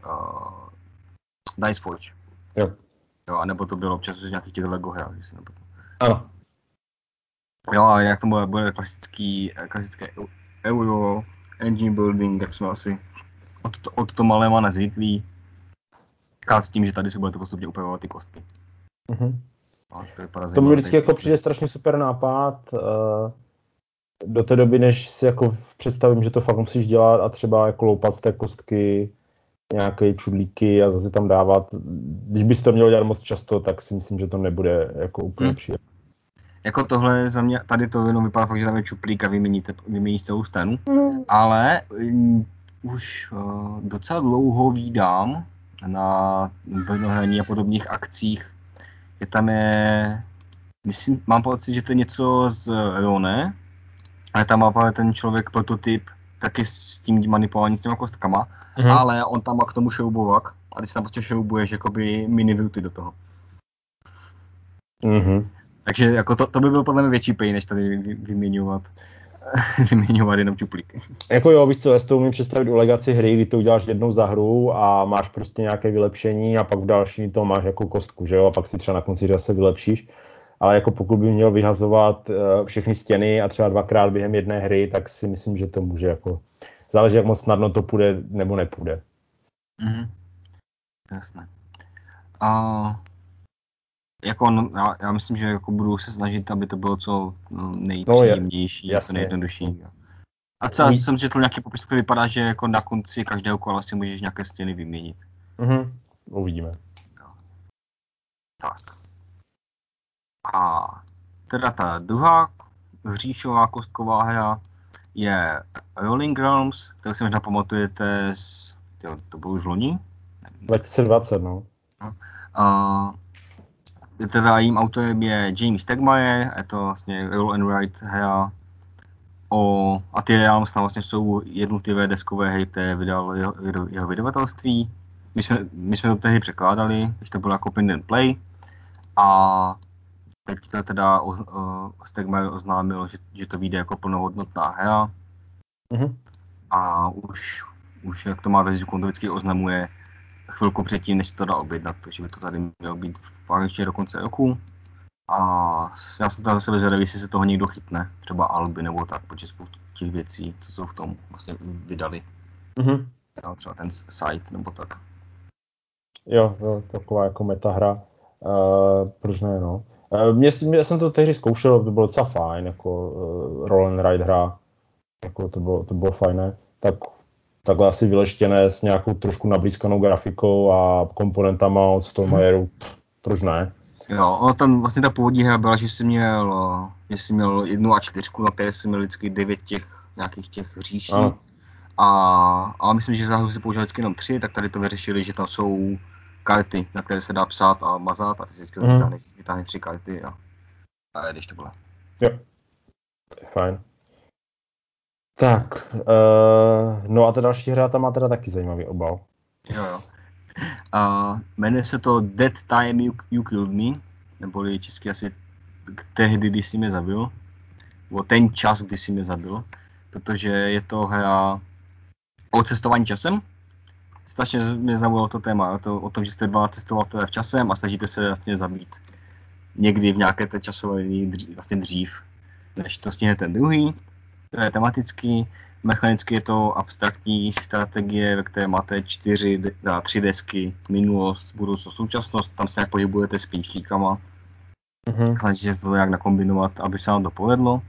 [SPEAKER 3] Dice Forge.
[SPEAKER 2] Jo,
[SPEAKER 3] a nebo to bylo občas v nějakých těch Lego hrách.
[SPEAKER 2] Ano.
[SPEAKER 3] Jo, a jak to bude klasické euro, engine building, jak jsme asi od Toma Lehmana zvyklí. S tím, že tady si budete postupně upravovat ty kostky.
[SPEAKER 2] To mi vždycky jako přijde strašně super nápad. Do té doby, než si jako představím, že to fakt musíš dělat a třeba jako loupat z té kostky nějaké čudlíky a zase tam dávat. Když bys to měl dělat moc často, tak si myslím, že to nebude jako úplně příjemné.
[SPEAKER 3] Jako tohle za mě, tady to jenom vypadá fakt, že tam je čuplík a vyměníš celou scénu, ale už docela dlouho vídám na vlnohraní a podobných akcích, že tam je, myslím, mám pocit, že to je něco z Rone, ale tam má ten člověk prototyp taky s tím manipulováním s těma kostkama, ale on tam má k tomu šroubovak a ty si tam prostě šroubuješ jakoby mini virty do toho. Takže jako to by byl podle mě větší pain, než tady vyměňovat jenom čuplíky.
[SPEAKER 2] Jako jo, víš co, já si to umím představit u legacy hry, kdy to uděláš jednou za hru a máš prostě nějaké vylepšení a pak v další to máš jako kostku, že jo, a pak si třeba na konci zase vylepšíš. Ale jako pokud by měl vyhazovat všechny stěny a třeba 2x během jedné hry, tak si myslím, že to může jako... Záleží, jak moc snadno to půjde nebo nepůjde.
[SPEAKER 3] Jasné. Jako já myslím, že jako budu se snažit, aby to bylo co nejpříjemnější, co nejjednodušší. A třeba jsem četl nějaký popis, který vypadá, že jako na konci každého kola si můžeš nějaké stěny vyměnit.
[SPEAKER 2] Uvidíme.
[SPEAKER 3] Tak. A teda ta druhá hříšová kostková hra je Rolling Realms, kterou si možná pamatujete to bylo už loni?
[SPEAKER 2] 2020, no.
[SPEAKER 3] Teda jím autorem je Jamie Stegmaier, je to vlastně roll and write hra a ty Realms tam vlastně jsou jednotlivé deskové hry, které vydal jeho vydavatelství. My jsme to tehdy překládali, když to bylo jako print and play a teď to teda Stegmaier oznámil, že to vyjde jako plnohodnotná hra a už jak to má ve zvyku, on to vždycky oznamuje chvilku předtím, než se to dá objednat, takže by to tady mělo být v angličtině do konce roku. A já jsem tady zase zvědavý, jestli se toho někdo chytne, třeba Alby nebo tak, protože spoustu těch věcí, co jsou v tom, vlastně vydali. Třeba ten site nebo tak.
[SPEAKER 2] Jo, taková jako metahra. Proč ne, no. Já jsem to tehdy zkoušel, to bylo docela fajn, jako roll and ride hra, jako to bylo fajné. Takhle asi vyleštěné s nějakou trošku nablízkanou grafikou a komponentama od Stegmaieru, proč ne?
[SPEAKER 3] Jo, tam vlastně ta původní hra byla, že jsi měl 1 a 4, na které jsi měl vždycky 9 nějakých těch hříší. A myslím, že za hru si použil vždycky jenom 3, tak tady to vyřešili, že tam jsou karty, na které se dá psát a mazat a ty si vždycky vytáhneš 3 karty a jedeš takhle.
[SPEAKER 2] Jo, to je fajn. Tak, no a ta další hra, ta má teda taky zajímavý obal.
[SPEAKER 3] Jo. Jmenuje se to That Time You Killed Me, neboli česky asi tehdy, kdy jsi mě zabil, nebo ten čas, kdy jsi mě zabil, protože je to hra o cestování časem. Strašně mě zaujalo to téma, o tom, že jste dva cestovatelé v časem a snažíte se vlastně zabít někdy v nějaké té časové linii vlastně dřív, než to stihne ten druhý. To je tematický, mechanicky je to abstraktní strategie, ve které máte 3 desky, minulost, budoucnost, současnost, tam se nějak pohybujete s pinčíkama. Snažíte se to nějak nakombinovat, aby se vám to povedlo.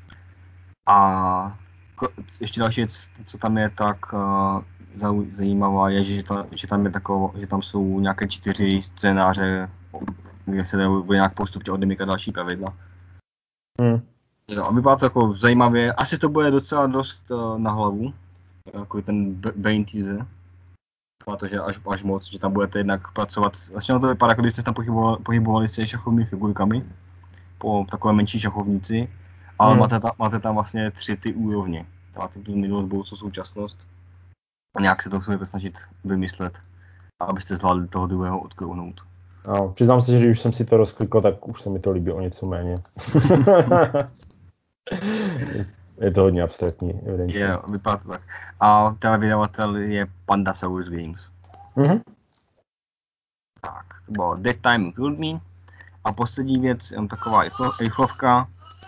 [SPEAKER 3] A ještě další věc, co tam je tak zajímavá, je, že tam jsou nějaké 4 scénáře, kde se bude nějak postupně odemykat další pravidla. Jo, a vypadá to jako zajímavě, asi to bude docela dost na hlavu, jako ten brain teaser. Protože až moc, že tam budete jednak pracovat, vlastně to vypadá, jako když jste tam pohybovali se šachovými figurkami po takové menší šachovnici, ale máte tam vlastně 3 ty úrovně. Máte tu minulost, budoucnost, současnost a nějak se to budete snažit vymyslet, abyste zvládli toho druhého odkrouhnout.
[SPEAKER 2] No, přiznám se, že když jsem si to rozklikl, tak už se mi to líbí o něco méně. Je to hodně abstraktní, evidentně.
[SPEAKER 3] Jo, vypadá to tak. A ten vydavatel je Pandasaurus Games. Tak, to bylo That Time You Killed Me. A poslední věc, jenom taková rychlovka.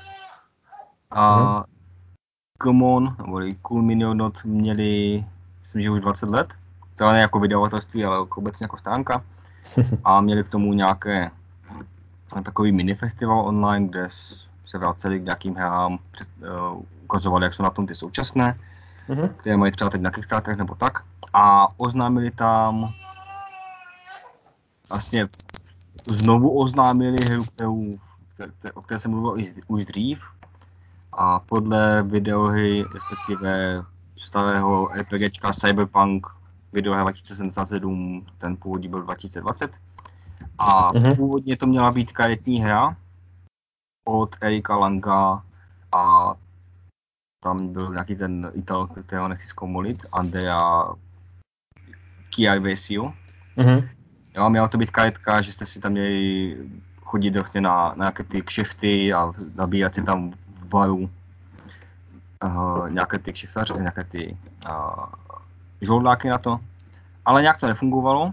[SPEAKER 3] Common, nebo Cool Mini Not měli, myslím, že už 20 let. To ne jako vydavatelství, ale obecně jako stránka. A měli k tomu nějaké takový minifestival online, kde se vraceli k nějakým hrám, ukazovali, jak jsou na tom ty současné, které mají třeba teď na Kickstarterech nebo tak. A oznámili tam, vlastně znovu oznámili hru, kterou o které jsem mluvil už dřív. A podle videohry, respektive starého RPGčka Cyberpunk, videohra 2077, ten původní byl 2020. A původně to měla být karetní hra od Erika Langa a tam byl nějaký ten Ital, kterého nechci zkomolit, Andrea Chiarvesio. Jo, měla to být karetka, že jste si tam měli chodit vlastně na nějaké ty kšefty a nabírat si tam v baru nějaké ty kšeftaře, nějaké ty žoldáky na to. Ale nějak to nefungovalo,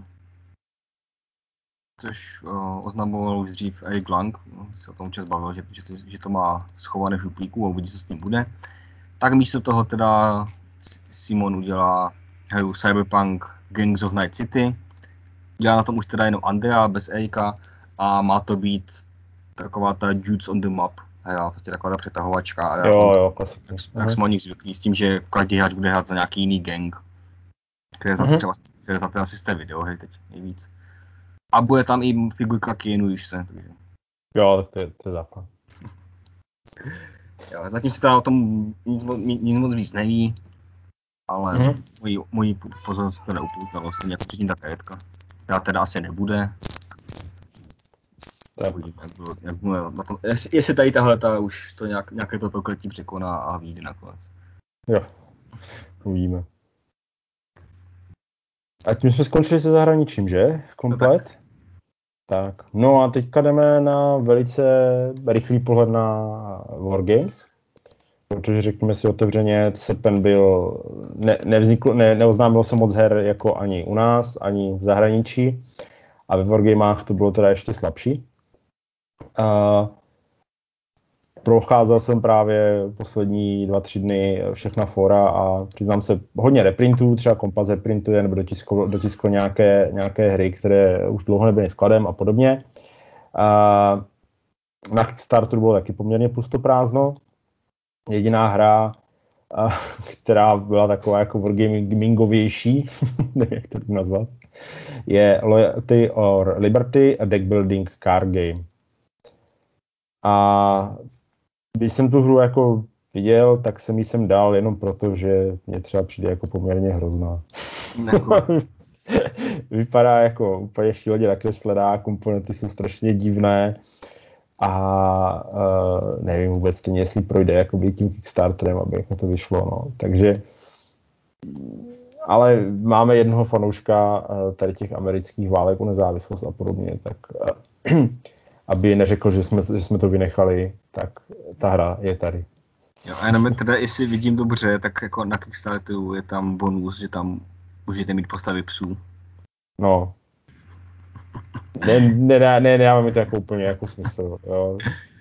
[SPEAKER 3] což oznamoval už dřív Erik Lang, se o tom čas bavil, že to má schované v župlíku a uvidí, co s tím bude. Tak místo toho teda Simon udělá hru Cyberpunk Gangs of Night City. Dělá na tom už teda jenom Andrea bez Erika a má to být taková ta Dudes on the Map hra, prostě taková ta přetahovačka.
[SPEAKER 2] Jo,
[SPEAKER 3] tak jsme o nich zvyklí s tím, že každý hráč bude hrát za nějaký jiný gang, které za ten asi z té videohry teď nejvíc. A bude tam i figurka Keanu Reevese, takže.
[SPEAKER 2] Jo, to je základ.
[SPEAKER 3] Jo, zatím se teda o tom nic moc víc neví, ale moji pozornost to neupoutalo, stejně jako předtím ta karetka. Já teda asi nebude.
[SPEAKER 2] Tak.
[SPEAKER 3] Jestli tady tahleta už to nějaké to prokletí překoná a vyjde nakonec.
[SPEAKER 2] Jo, uvidíme. Ať my jsme skončili se zahraničím, že? Komplet? Tak. No a teďka jdeme na velice rychlý pohled na Wargames. Protože řekněme si otevřeně, srpen byl, neoznámilo se moc her jako ani u nás, ani v zahraničí. A ve Wargamech to bylo teda ještě slabší. Procházel jsem právě poslední 2-3 dny všechna fora a přiznám se, hodně reprintů, třeba Kompas reprintuje nebo dotiskl nějaké hry, které už dlouho nebyly skladem a podobně. Na Kickstarteru bylo taky poměrně pustoprázdno. Jediná hra, která byla taková jako wargamingovější, nevím, jak to nazvat, je Loyalty or Liberty, a deck building card game. A když jsem tu hru jako viděl, tak jsem ji sem dal jenom proto, že mě třeba přijde jako poměrně hrozná. Vypadá jako úplně šíleně nakreslená, komponenty jsou strašně divné a nevím vůbec stejně, jestli projde jakoby tím Kickstarterem, aby jako to vyšlo. No. Takže, ale máme jednoho fanouška tady těch amerických válek o nezávislost a podobně, tak aby neřekl, že jsme to vynechali, tak ta hra je tady.
[SPEAKER 3] Jo, a jenom teda, jestli vidím dobře, tak jako na Kickstarteru je tam bonus, že tam můžete mít postavy psů.
[SPEAKER 2] No. Nedává mi to jako úplně jako smysl. Jo.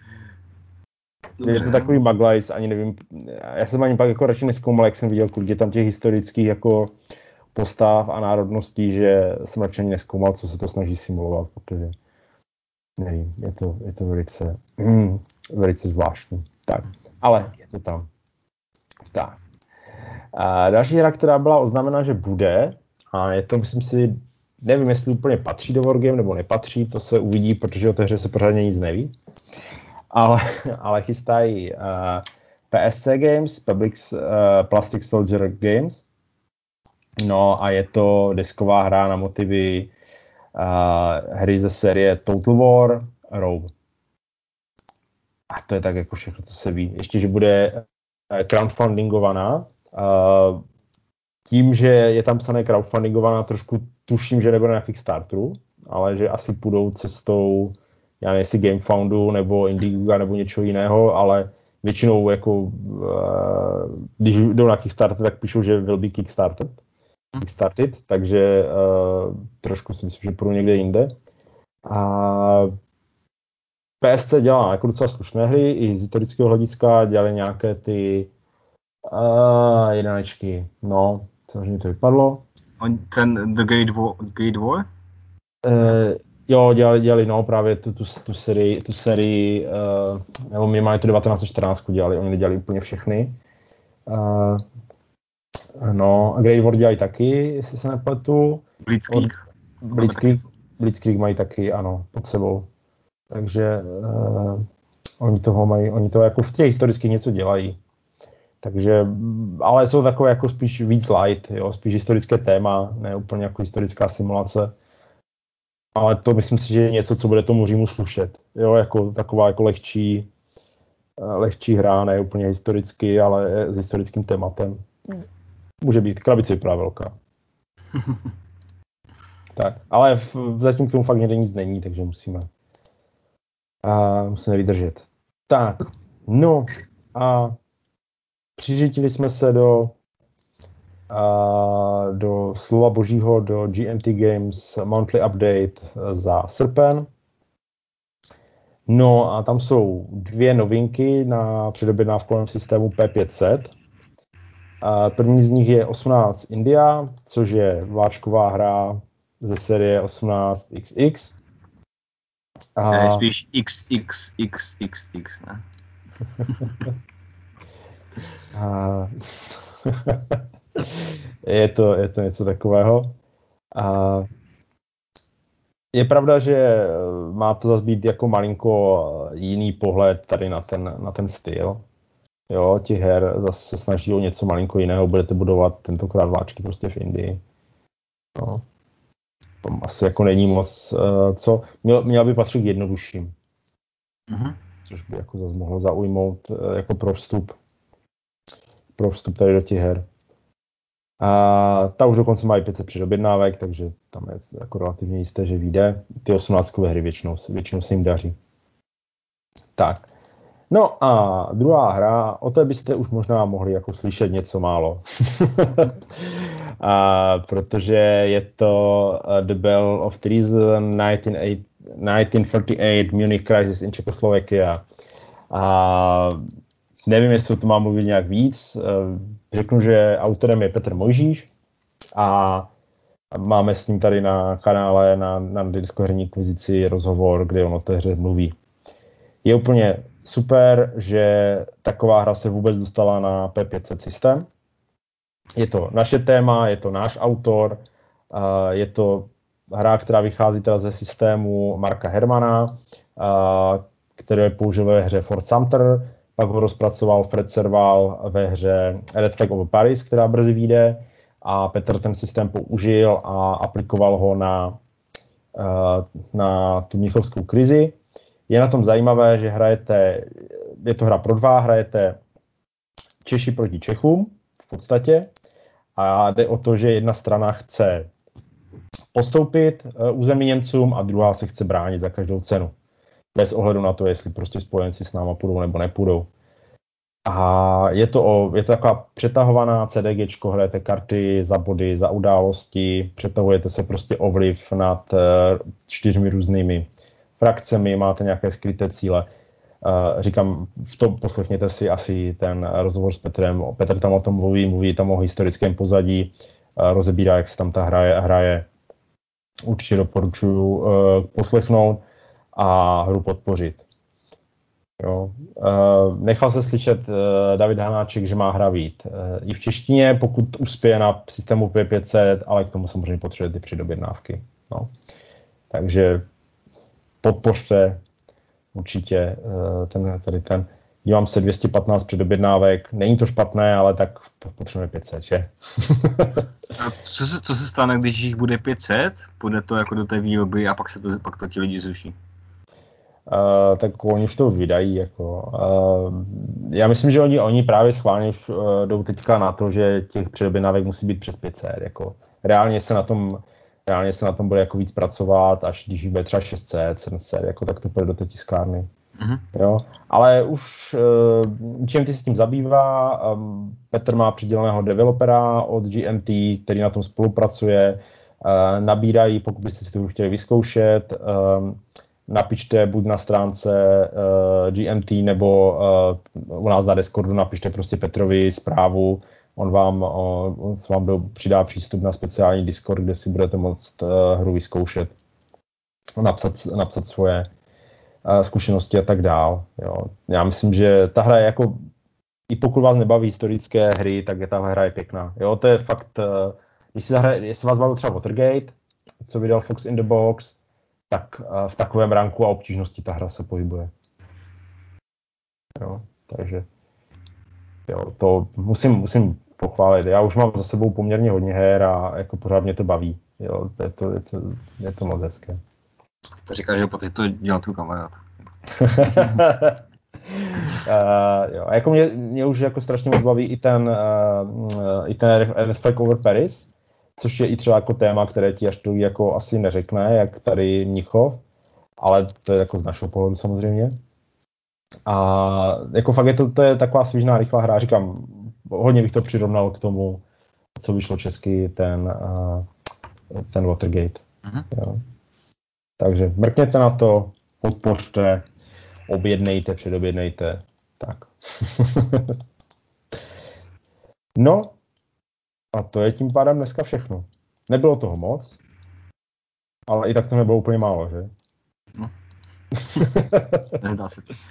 [SPEAKER 2] Je to takový maglajs, ani nevím, já jsem ani pak jako radši nezkoumal, jak jsem viděl, kolik je tam těch historických jako postav a národností, že jsem radši ani nezkoumal, co se to snaží simulovat, protože nevím, je to velice zvláštní. Tak, ale je to tam. Tak. A další hra, která byla oznámena, že bude, a je to, myslím si, nevím, jestli úplně patří do Wargame nebo nepatří, to se uvidí, protože o té hře se pořádně nic neví. Ale chystají PSC Games, Plastic Soldier Games. No a je to desková hra na motivy hry ze série Total War Rogue. A to je tak jako všechno, co se ví. Ještě, že bude crowdfundingovaná. Tím, že je tam psané crowdfundingovaná, trošku tuším, že nebude na Kickstarteru, ale že asi půjdou cestou, já nevím, jestli GameFoundu nebo Indiegoga nebo něčeho jiného, ale většinou jako, když jdou na Kickstarter, tak píšou, že will be Kickstarted, takže trošku si myslím, že půjdou někde jinde. A PSC dělá jako docela slušné hry, i z historického hlediska dělali nějaké ty jednečky, no, samozřejmě to vypadlo.
[SPEAKER 3] Ten The Great War?
[SPEAKER 2] Jo, dělali no, právě tu sérii nebo minimálně tu 1914 dělali, oni dělali úplně všechny. No, a Great War dělají taky, jestli se nepletu. Blitzkrieg mají taky, ano, pod sebou. Takže Oni to jako v těch historických něco dělají. Takže, ale jsou takové jako spíš víc light, jo, spíš historické téma, ne úplně jako historická simulace. Ale to myslím si, že je něco, co bude tomu Římu slušet. Jo, jako taková jako lehčí hra, ne úplně historicky, ale s historickým tématem. Může být, krabice vypadá velká. Tak, ale zatím k tomu fakt někde nic není, takže musíme vydržet. Tak, no a přiřítili jsme se do slova božího, do GMT Games Monthly Update za srpen. No a tam jsou 2 novinky na předobjednávkovém systému P500. První z nich je 18 India, což je vláčková hra ze série 18XX.
[SPEAKER 3] To je spíš XXXXX, ne?
[SPEAKER 2] Je to něco takového. Je pravda, že má to zase být jako malinko jiný pohled tady na ten styl. Jo, těch her zase se snaží o něco malinko jiného, budete budovat tentokrát vláčky prostě v Indii. No. Tam asi jako není moc, co, měla by patřit k jednodušším.
[SPEAKER 3] Mm-hmm.
[SPEAKER 2] Což by jako zase mohlo zaujmout jako pro vstup tady do těch her. A ta už dokonce má i 500 předobjednávek, takže tam je jako relativně jisté, že vyjde. Ty 18kové hry většinou se jim daří. Tak. No a druhá hra, o té byste už možná mohli jako slyšet něco málo. Protože je to The Bell of Treason 1948 Munich Crisis in Czechoslovakia. Nevím, jestli to mám mluvit nějak víc. Řeknu, že autorem je Petr Mojžíš a máme s ním tady na kanále na Diskoherní kvizici rozhovor, kde on o té hře mluví. Je úplně super, že taková hra se vůbec dostala na P500 systém. Je to naše téma, je to náš autor, je to hra, která vychází teda ze systému Marka Hermana, který použil ve hře Fort Sumter, pak ho rozpracoval Fred Serval ve hře Red Flag over Paris, která brzy vyjde, a Petr ten systém použil a aplikoval ho na tu mnichovskou krizi. Je na tom zajímavé, že je to hra pro 2, hrajete Češi proti Čechům v podstatě a jde o to, že jedna strana chce postoupit území Němcům a druhá se chce bránit za každou cenu. Bez ohledu na to, jestli prostě spojenci s náma půjdou nebo nepůjdou. A je to taková přetahovaná CDGčko, hrajete karty za body, za události, přetahujete se prostě o vliv nad 4 různými frakcemi, máte nějaké skryté cíle. Říkám, v tom poslechněte si asi ten rozhovor s Petrem. Petr tam o tom mluví tam o historickém pozadí, rozebírá, jak se tam ta hraje. Určitě doporučuji poslechnout a hru podpořit. Jo. Nechal se slyšet David Hanáček, že má hra vyjít i v češtině, pokud uspěje na systému P500, ale k tomu samozřejmě potřebuje ty předobjednávky. No. Takže podpořte určitě ten. Dívám se 215 předobjednávek, není to špatné, ale tak potřebujeme 500, že?
[SPEAKER 3] A co se stane, když jich bude 500? Půjde to jako do té výroby a pak to ti lidi zruší?
[SPEAKER 2] Tak oni už to vydají. Já myslím, že oni právě schválně už jdou teďka na to, že těch předobjednávek musí být přes 500. Jako. Reálně se na tom bude jako víc pracovat, až když bude třeba 600, 700, jako, tak to půjde do té tiskárny. Mm-hmm. Jo? Ale už čím ty se tím zabývá, Petr má přiděleného developera od GMT, který na tom spolupracuje, nabírají, pokud byste si to chtěli vyzkoušet, napište buď na stránce GMT nebo u nás na Discordu napište prostě Petrovi zprávu, on vám přidá přístup na speciální Discord, kde si budete moct hru vyzkoušet, napsat svoje zkušenosti a tak dál. Jo. Já myslím, že ta hra je jako, i pokud vás nebaví historické hry, tak ta hra je pěkná. Jo, to je fakt, jestli vás bavil třeba Watergate, co vydal Fox in the Box, tak v takovém ranku a obtížnosti ta hra se pohybuje. Jo, takže jo, to musím pochválit. Já už mám za sebou poměrně hodně her a jako pořád mě to baví. Jo, je to moc hezké.
[SPEAKER 3] To říkáš, že potom to dělal tu kamarád.
[SPEAKER 2] Jo, a jako mě už jako strašně moc baví i ten Red Flag Over Paris, což je i třeba jako téma, které ti až to jako asi neřekne, jak tady Mnichov, ale to je jako z našeho pohledu samozřejmě. A jako fakt to je taková svížná, rychlá hra, říkám, hodně bych to přirovnal k tomu, co vyšlo česky, ten Watergate.
[SPEAKER 3] Mhm.
[SPEAKER 2] Jo. Takže mrkněte na to, podpořte, objednejte, předobjednejte. Tak. No, a to je tím pádem dneska všechno. Nebylo toho moc, ale i tak to nebylo úplně málo, že?
[SPEAKER 3] No. Nedá se to.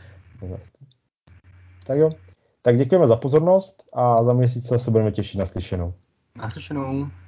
[SPEAKER 2] Tak jo. Tak děkujeme za pozornost a za měsíc se budeme těšit na slyšenou.
[SPEAKER 3] Naslyšenou.